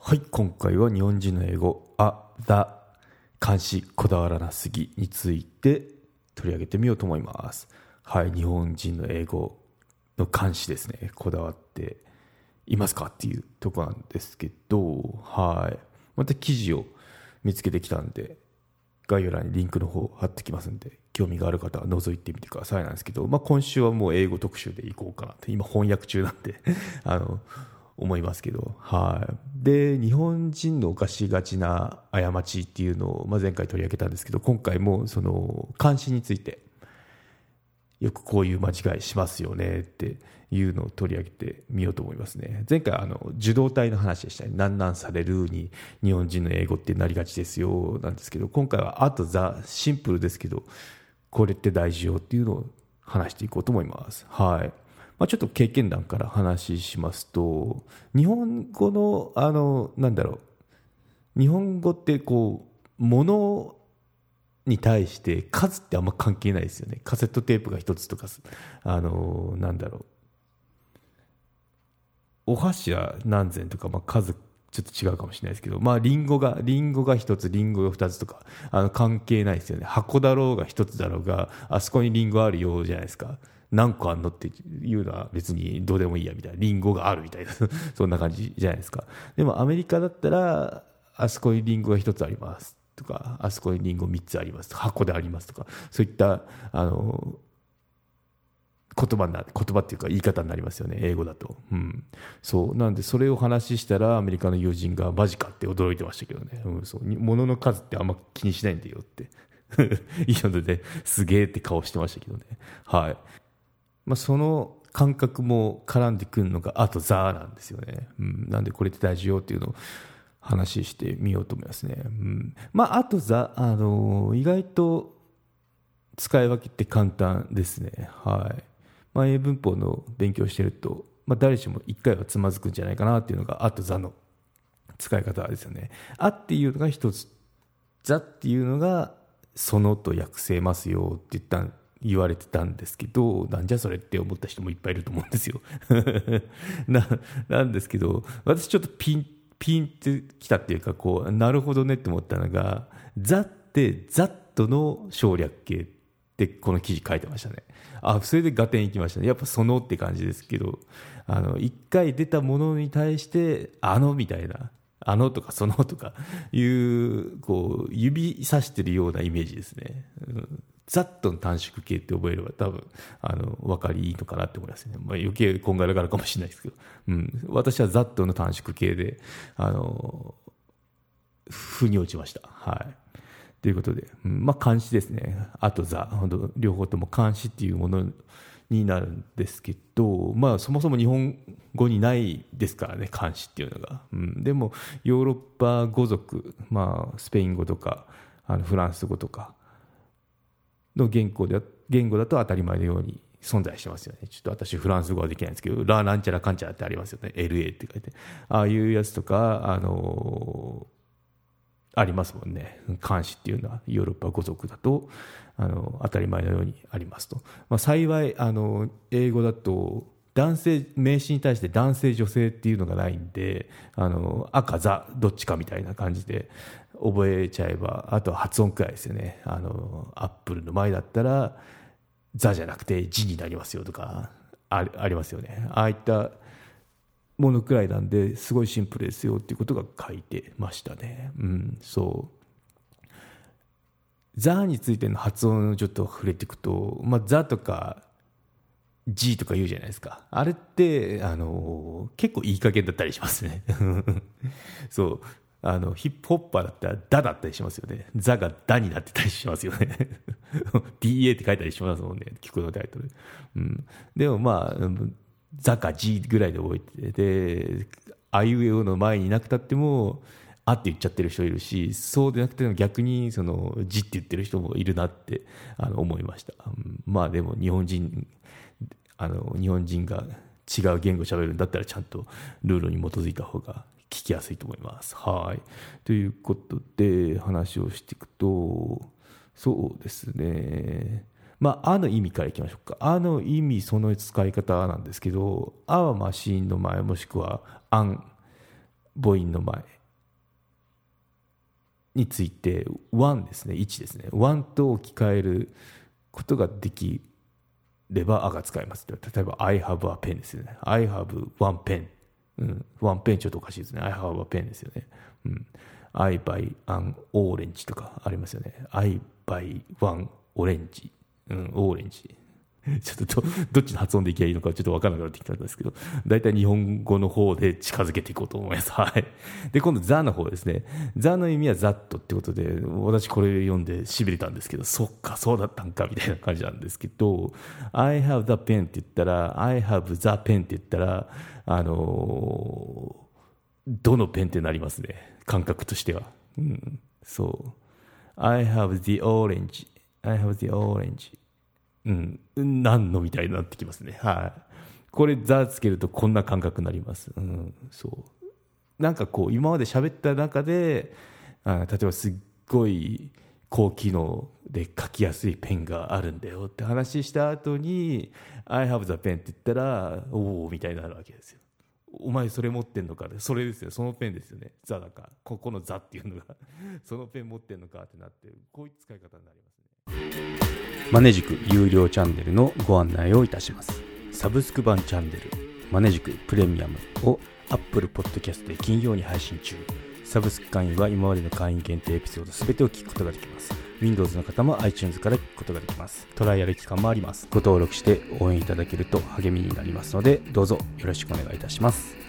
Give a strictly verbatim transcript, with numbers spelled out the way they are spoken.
はい、今回は日本人の英語あ、だ、漢詩こだわらなすぎについて取り上げてみようと思います。はい、日本人の英語の漢詩ですね、こだわっていますかっていうところなんですけど、はい、また記事を見つけてきたんで概要欄にリンクの方貼ってきますんで、興味がある方は覗いてみてくださいなんですけど、まあ、今週はもう英語特集でいこうかなって今翻訳中なんであの思いますけど、はい。で、日本人の犯しがちな過ちっていうのを、まあ、前回取り上げたんですけど、今回もその漢詩についてよくこういう間違いしますよねっていうのを取り上げてみようと思いますね。前回あの受動体の話でしたね。なんなんされるに日本人の英語ってなりがちですよなんですけど、今回はあとザシンプルですけどこれって大事よっていうのを話していこうと思います。はい。まあ、ちょっと経験談から話しますと、日本語のあのなんだろう、日本語ってこう物に対して数ってあんま関係ないですよね。カセットテープが一つとか、あのなんだろう、お箸は何千とか、まあ、数ちょっと違うかもしれないですけど、まあリンゴがリンゴが一つリンゴが二つとかあの関係ないですよね。箱だろうが一つだろうがあそこにリンゴあるようじゃないですか。何個あんのっていうのは別にどうでもいいやみたいな、リンゴがあるみたいなそんな感じじゃないですか。でもアメリカだったらあそこにリンゴが一つありますとか、あそこにリンゴ三つありますとか、箱でありますとか、そういったあの言葉にな言葉っていうか言い方になりますよね、英語だと。うん、そうなんでそれを話したらアメリカの友人がマジかって驚いてましたけどね。うん、そう物の数ってあんま気にしないんだよっていいのですげえって顔してましたけどね。はい。まあ、その感覚も絡んでくるのがあとザなんですよね。うん、なんでこれって大事よっていうのを話してみようと思いますね。うん、まああとザ、あのー、意外と使い分けって簡単ですね。はい。まあ、英文法の勉強してると、まあ、誰しも一回はつまずくんじゃないかなっていうのがあとザの使い方ですよね。あっていうのが一つ、ザっていうのがそのと訳せますよって言った言われてたんですけど、なんじゃそれって思った人もいっぱいいると思うんですよななんですけど、私ちょっとピンピンってきたっていうか、こうなるほどねって思ったのが、ザってザットの省略形ってこの記事書いてましたね。あ、それで合点いきましたね。やっぱそのって感じですけど、あの一回出たものに対してあのみたいな、あのとかそのとかいうこう指さしてるようなイメージですね。うん、ざっとの短縮形って覚えれば多分あの分かりいいのかなって思いますね。まあ、余計こんがらがるかもしれないですけど、うん、私はざっとの短縮形であの腑に落ちました。はい。ということで、うん、まあ漢詩ですね。あとザ、本当両方とも漢詩っていうものになるんですけど、まあそもそも日本語にないですからね、漢詩っていうのが。うん、でもヨーロッパ語族、まあスペイン語とかあのフランス語とかの言語で言語だと当たり前のように存在してますよね。ちょっと私フランス語はできないんですけど、ラーなんちゃらかんちゃらってありますよね。エルエー って書いて、ああいうやつとかあのーありますもんね。漢詩っていうのはヨーロッパ語族だとあの当たり前のようにありますと。まあ、幸いあの英語だと男性名詞に対して男性女性っていうのがないんで、あの赤ザどっちかみたいな感じで覚えちゃえば、あとは発音くらいですよね。あのアップルの前だったらザじゃなくてジになりますよとか あ, ありますよね。ああいったものくらいなんですごいシンプルですよっていうことが書いてましたね。うん、そうザについての発音をちょっと触れていくと、まあ、ザとか G とか言うじゃないですか。あれってあの結構いい加減だったりしますねそうあのヒップホッパーだったらダだったりしますよね。ザがダになってたりしますよねディーエー って書いたりしますもんね、曲のタイトル。うん、でもまあザか G ぐらいで覚えてて、あいうえおの前にいなくたってもあって言っちゃってる人いるし、そうでなくても逆にその G って言ってる人もいるなってあの思いました。うん、まあでも日本人あの日本人が違う言語喋るんだったらちゃんとルールに基づいた方が聞きやすいと思います。はい。ということで話をしていくと、そうですね。まあ、あの意味からいきましょうか。あの意味、その使い方なんですけど、あはマシーンの前、もしくはアン、母音の前についてワンですね、いちですね、ワンと置き換えることができれば赤使います。例えば I have a pen ですよね。 I have one pen、うん、one pen ちょっとおかしいですね。 I have a pen ですよね、うん、I buy an orange とかありますよね。 I buy one orange、うん、オレンジちょっと ど, どっちの発音でいけばいいのかちょっと分からなくなってきたんですけど、大体日本語の方で近づけていこうと思います。はい。で、今度ザの方ですね。ザの意味はザットってことで、私これ読んで痺れたんですけど、そっかそうだったんかみたいな感じなんですけど、I have the pen って言ったら I have the pen って言ったら、あのー、どのペンってなりますね、感覚としては。うん、そう。I have the orange I have the orange、うん、何のみたいになってきますね。はい。これザつけるとこんな感覚になります。うん、そうなんかこう今まで喋った中で、あ例えばすっごい高機能で書きやすいペンがあるんだよって話した後に I have the pen って言ったらおおみたいになるわけですよ。お前それ持ってんのか、それですよ、そのペンですよね。ザだかここのザっていうのがそのペン持ってんのかってなって、こういう使い方になりますね。 マネジク有料チャンネルのご案内をいたします。 サブスク版チャンネルマネジクプレミアムを Apple Podcast で金曜に配信中。 サブスク会員は今までの会員限定エピソードすべてを聞くことができます。 Windows の方も iTunes から聞くことができます。トライアル期間もあります。 ご登録して応援いただけると励みになりますので、どうぞよろしくお願いいたします。